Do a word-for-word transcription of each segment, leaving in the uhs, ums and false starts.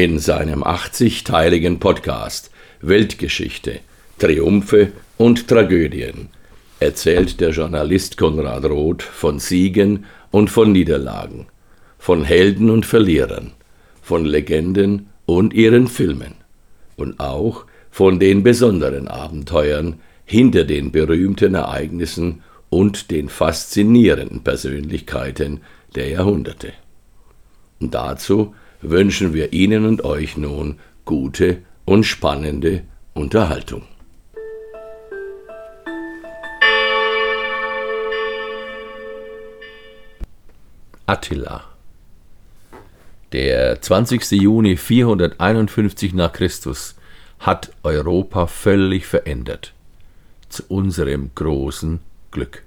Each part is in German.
In seinem achtzigteiligen Podcast Weltgeschichte, Triumphe und Tragödien erzählt der Journalist Konrad Roth von Siegen und von Niederlagen, von Helden und Verlierern, von Legenden und ihren Filmen und auch von den besonderen Abenteuern hinter den berühmten Ereignissen und den faszinierenden Persönlichkeiten der Jahrhunderte. Und dazu wünschen wir Ihnen und euch nun gute und spannende Unterhaltung. Attila. Der zwanzigste Juni vierhunderteinundfünfzig nach Christus hat Europa völlig verändert, zu unserem großen Glück.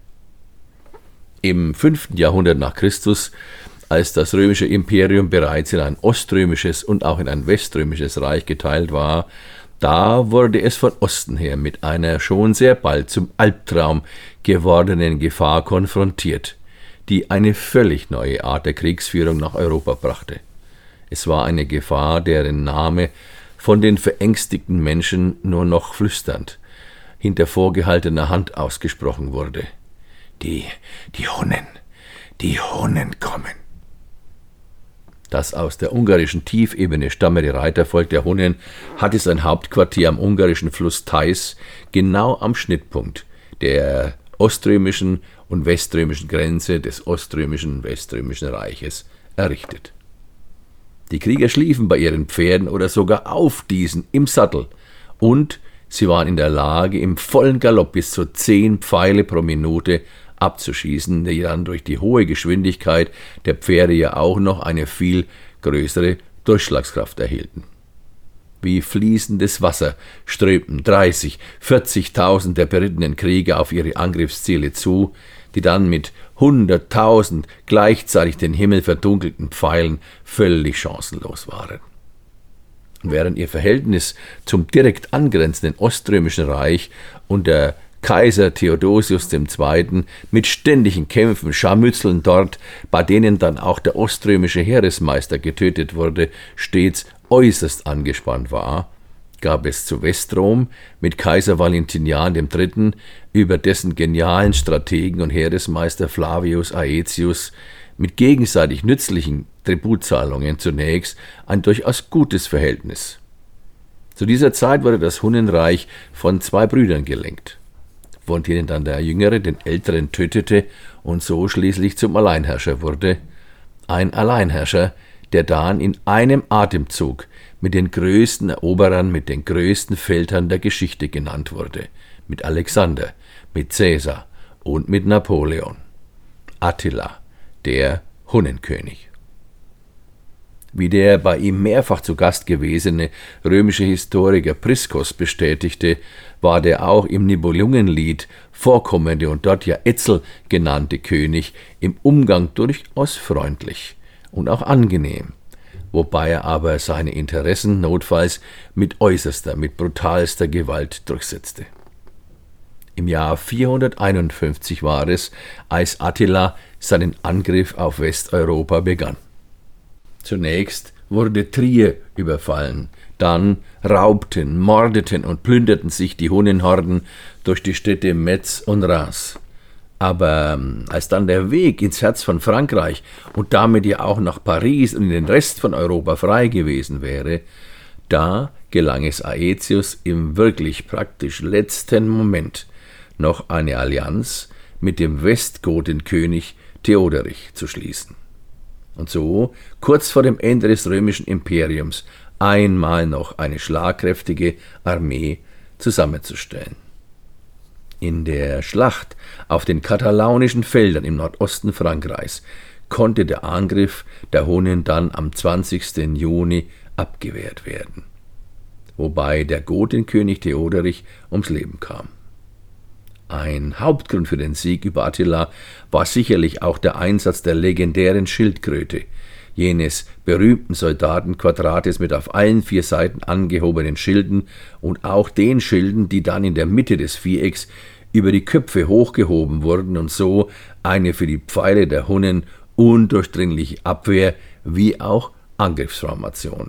Im fünften Jahrhundert nach Christus, als das römische Imperium bereits in ein oströmisches und auch in ein weströmisches Reich geteilt war, da wurde es von Osten her mit einer schon sehr bald zum Albtraum gewordenen Gefahr konfrontiert, die eine völlig neue Art der Kriegsführung nach Europa brachte. Es war eine Gefahr, deren Name von den verängstigten Menschen nur noch flüsternd hinter vorgehaltener Hand ausgesprochen wurde. Die, die Hunnen, die Hunnen kommen. Das aus der ungarischen Tiefebene stammende Reitervolk der Hunnen hatte sein Hauptquartier am ungarischen Fluss Theiß, genau am Schnittpunkt der oströmischen und weströmischen Grenze des oströmischen und weströmischen Reiches errichtet. Die Krieger schliefen bei ihren Pferden oder sogar auf diesen im Sattel und sie waren in der Lage, im vollen Galopp bis zu zehn Pfeile pro Minute abzuschießen, die dann durch die hohe Geschwindigkeit der Pferde ja auch noch eine viel größere Durchschlagskraft erhielten. Wie fließendes Wasser strömten dreißig, vierzigtausend der berittenen Krieger auf ihre Angriffsziele zu, die dann mit hunderttausend gleichzeitig den Himmel verdunkelten Pfeilen völlig chancenlos waren. Während ihr Verhältnis zum direkt angrenzenden Oströmischen Reich unter Kaiser Theodosius der Zweite. mit ständigen Kämpfen, Scharmützeln dort, bei denen dann auch der oströmische Heeresmeister getötet wurde, stets äußerst angespannt war, gab es zu Westrom mit Kaiser Valentinian der Dritte. über dessen genialen Strategen und Heeresmeister Flavius Aetius mit gegenseitig nützlichen Tributzahlungen zunächst ein durchaus gutes Verhältnis. Zu dieser Zeit wurde das Hunnenreich von zwei Brüdern gelenkt, von denen dann der Jüngere den Älteren tötete und so schließlich zum Alleinherrscher wurde. Ein Alleinherrscher, der dann in einem Atemzug mit den größten Eroberern, mit den größten Feldherren der Geschichte genannt wurde, mit Alexander, mit Caesar und mit Napoleon. Attila, der Hunnenkönig. Wie der bei ihm mehrfach zu Gast gewesene römische Historiker Priskos bestätigte, war der auch im Nibelungenlied vorkommende und dort ja Etzel genannte König im Umgang durchaus freundlich und auch angenehm, wobei er aber seine Interessen notfalls mit äußerster, mit brutalster Gewalt durchsetzte. Im Jahr vierhunderteinundfünfzig war es, als Attila seinen Angriff auf Westeuropa begann. Zunächst wurde Trier überfallen, dann raubten, mordeten und plünderten sich die Hunnenhorden durch die Städte Metz und Reims. Aber als dann der Weg ins Herz von Frankreich und damit ja auch nach Paris und in den Rest von Europa frei gewesen wäre, da gelang es Aetius im wirklich praktisch letzten Moment noch eine Allianz mit dem Westgotenkönig Theoderich zu schließen. Und so, kurz vor dem Ende des römischen Imperiums, einmal noch eine schlagkräftige Armee zusammenzustellen. In der Schlacht auf den katalaunischen Feldern im Nordosten Frankreichs konnte der Angriff der Hunnen dann am zwanzigsten Juni abgewehrt werden, wobei der Gotenkönig Theoderich ums Leben kam. Ein Hauptgrund für den Sieg über Attila war sicherlich auch der Einsatz der legendären Schildkröte, jenes berühmten Soldatenquadrates mit auf allen vier Seiten angehobenen Schilden und auch den Schilden, die dann in der Mitte des Vierecks über die Köpfe hochgehoben wurden und so eine für die Pfeile der Hunnen undurchdringliche Abwehr wie auch Angriffsformation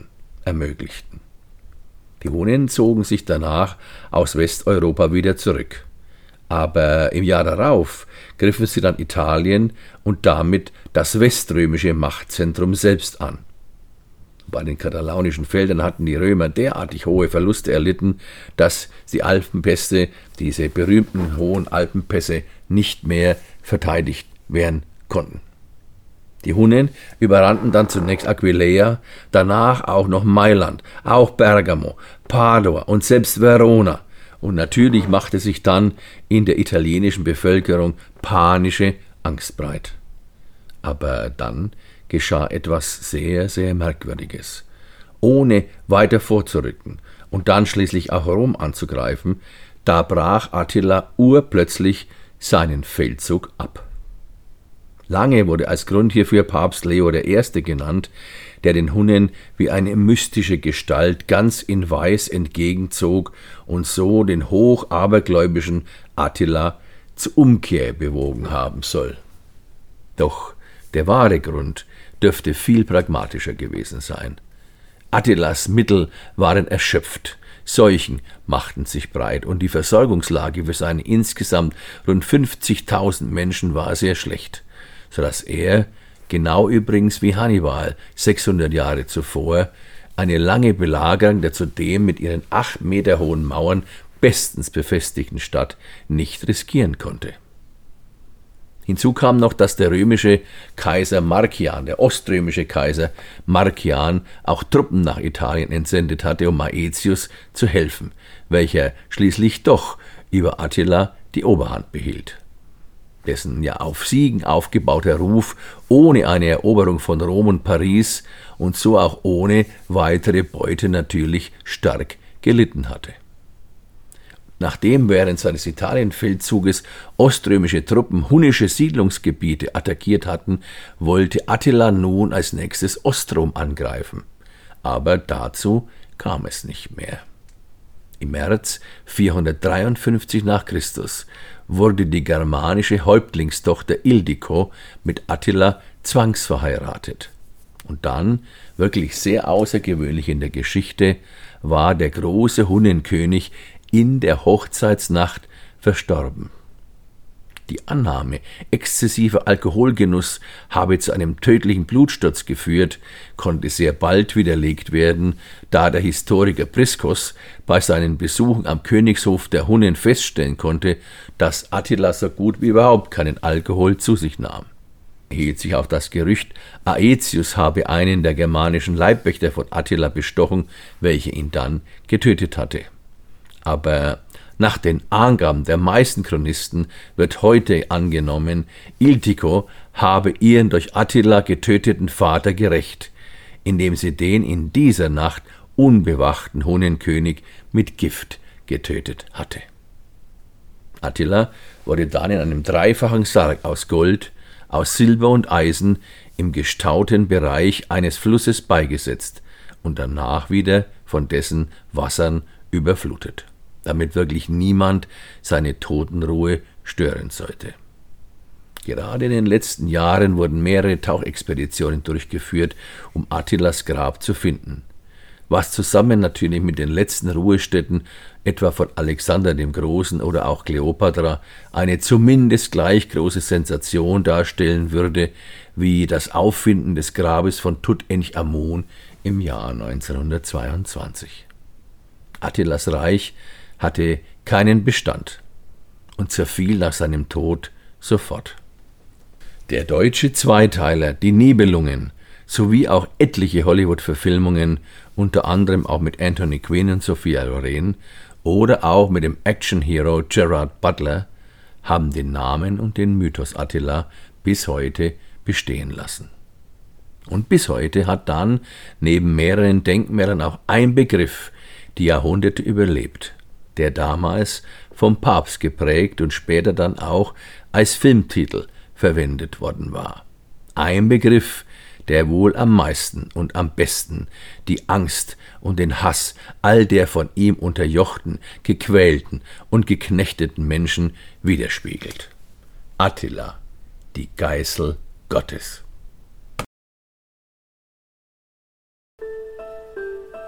ermöglichten. Die Hunnen zogen sich danach aus Westeuropa wieder zurück. Aber im Jahr darauf griffen sie dann Italien und damit das weströmische Machtzentrum selbst an. Bei den katalaunischen Feldern hatten die Römer derartig hohe Verluste erlitten, dass die Alpenpässe, diese berühmten hohen Alpenpässe, nicht mehr verteidigt werden konnten. Die Hunnen überrannten dann zunächst Aquileia, danach auch noch Mailand, auch Bergamo, Padua und selbst Verona. Und natürlich machte sich dann in der italienischen Bevölkerung panische Angst breit. Aber dann geschah etwas sehr, sehr Merkwürdiges. Ohne weiter vorzurücken und dann schließlich auch Rom anzugreifen, da brach Attila urplötzlich seinen Feldzug ab. Lange wurde als Grund hierfür Papst Leo der Erste genannt, der den Hunnen wie eine mystische Gestalt ganz in Weiß entgegenzog und so den hochabergläubischen Attila zur Umkehr bewogen haben soll. Doch der wahre Grund dürfte viel pragmatischer gewesen sein. Attilas Mittel waren erschöpft, Seuchen machten sich breit und die Versorgungslage für seine insgesamt rund fünfzigtausend Menschen war sehr schlecht, sodass er, genau übrigens wie Hannibal sechshundert Jahre zuvor, eine lange Belagerung der zudem mit ihren acht Meter hohen Mauern bestens befestigten Stadt nicht riskieren konnte. Hinzu kam noch, dass der römische Kaiser Markian, der oströmische Kaiser Markian, auch Truppen nach Italien entsendet hatte, um Aetius zu helfen, welcher schließlich doch über Attila die Oberhand behielt. Dessen ja auf Siegen aufgebauter Ruf ohne eine Eroberung von Rom und Paris und so auch ohne weitere Beute natürlich stark gelitten hatte. Nachdem während seines Italienfeldzuges oströmische Truppen hunnische Siedlungsgebiete attackiert hatten, wollte Attila nun als nächstes Ostrom angreifen. Aber dazu kam es nicht mehr. Im März vierhundertdreiundfünfzig nach Christus wurde die germanische Häuptlingstochter Ildiko mit Attila zwangsverheiratet. Und dann, wirklich sehr außergewöhnlich in der Geschichte, war der große Hunnenkönig in der Hochzeitsnacht verstorben. Die Annahme, exzessiver Alkoholgenuss habe zu einem tödlichen Blutsturz geführt, konnte sehr bald widerlegt werden, da der Historiker Priskos bei seinen Besuchen am Königshof der Hunnen feststellen konnte, dass Attila so gut wie überhaupt keinen Alkohol zu sich nahm. Hielt sich auch das Gerücht, Aetius habe einen der germanischen Leibwächter von Attila bestochen, welcher ihn dann getötet hatte. Aber nach den Angaben der meisten Chronisten wird heute angenommen, Ildiko habe ihren durch Attila getöteten Vater gerächt, indem sie den in dieser Nacht unbewachten Hunnenkönig mit Gift getötet hatte. Attila wurde dann in einem dreifachen Sarg aus Gold, aus Silber und Eisen im gestauten Bereich eines Flusses beigesetzt und danach wieder von dessen Wassern überflutet, damit wirklich niemand seine Totenruhe stören sollte. Gerade in den letzten Jahren wurden mehrere Tauchexpeditionen durchgeführt, um Attilas Grab zu finden, was zusammen natürlich mit den letzten Ruhestätten, etwa von Alexander dem Großen oder auch Kleopatra, eine zumindest gleich große Sensation darstellen würde wie das Auffinden des Grabes von Tutanchamun im Jahr neunzehnhundertzweiundzwanzig. Attilas Reich hatte keinen Bestand und zerfiel nach seinem Tod sofort. Der deutsche Zweiteiler Die Nibelungen sowie auch etliche Hollywood-Verfilmungen, unter anderem auch mit Anthony Quinn und Sophia Loren oder auch mit dem Action-Hero Gerard Butler, haben den Namen und den Mythos Attila bis heute bestehen lassen. Und bis heute hat dann neben mehreren Denkmälern auch ein Begriff die Jahrhunderte überlebt, der damals vom Papst geprägt und später dann auch als Filmtitel verwendet worden war. Ein Begriff, der wohl am meisten und am besten die Angst und den Hass all der von ihm unterjochten, gequälten und geknechteten Menschen widerspiegelt. Attila, die Geißel Gottes.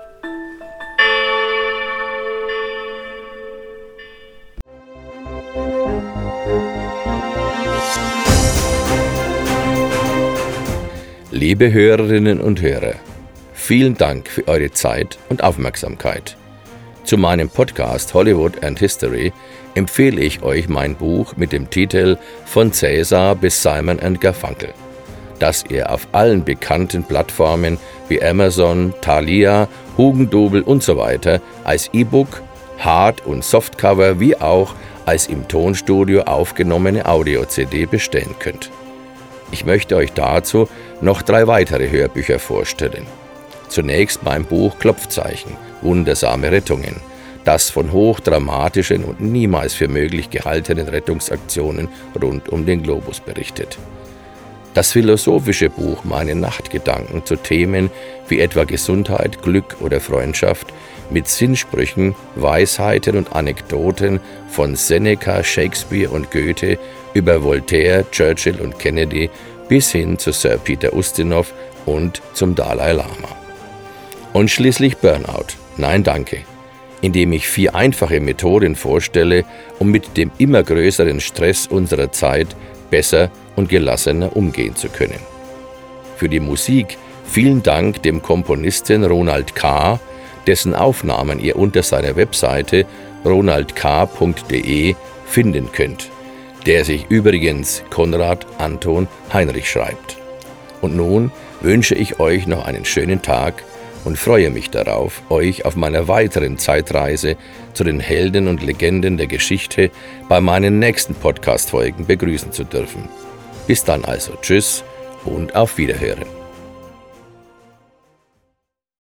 Liebe Hörerinnen und Hörer, vielen Dank für eure Zeit und Aufmerksamkeit. Zu meinem Podcast Hollywood and History empfehle ich euch mein Buch mit dem Titel Von Cäsar bis Simon and Garfunkel, das ihr auf allen bekannten Plattformen wie Amazon, Thalia, Hugendubel und so weiter als E-Book, Hard- und Softcover wie auch als im Tonstudio aufgenommene Audio-C D bestellen könnt. Ich möchte euch dazu noch drei weitere Hörbücher vorstellen. Zunächst mein Buch Klopfzeichen, wundersame Rettungen, das von hochdramatischen und niemals für möglich gehaltenen Rettungsaktionen rund um den Globus berichtet. Das philosophische Buch Meine Nachtgedanken zu Themen wie etwa Gesundheit, Glück oder Freundschaft mit Sinnsprüchen, Weisheiten und Anekdoten von Seneca, Shakespeare und Goethe über Voltaire, Churchill und Kennedy bis hin zu Sir Peter Ustinov und zum Dalai Lama. Und schließlich Burnout, nein danke, indem ich vier einfache Methoden vorstelle, um mit dem immer größeren Stress unserer Zeit besser und gelassener umgehen zu können. Für die Musik vielen Dank dem Komponisten Ronald K., dessen Aufnahmen ihr unter seiner Webseite ronald k punkt de finden könnt, der sich übrigens Konrad Anton Heinrich schreibt. Und nun wünsche ich euch noch einen schönen Tag und freue mich darauf, euch auf meiner weiteren Zeitreise zu den Helden und Legenden der Geschichte bei meinen nächsten Podcast-Folgen begrüßen zu dürfen. Bis dann also, tschüss und auf Wiederhören.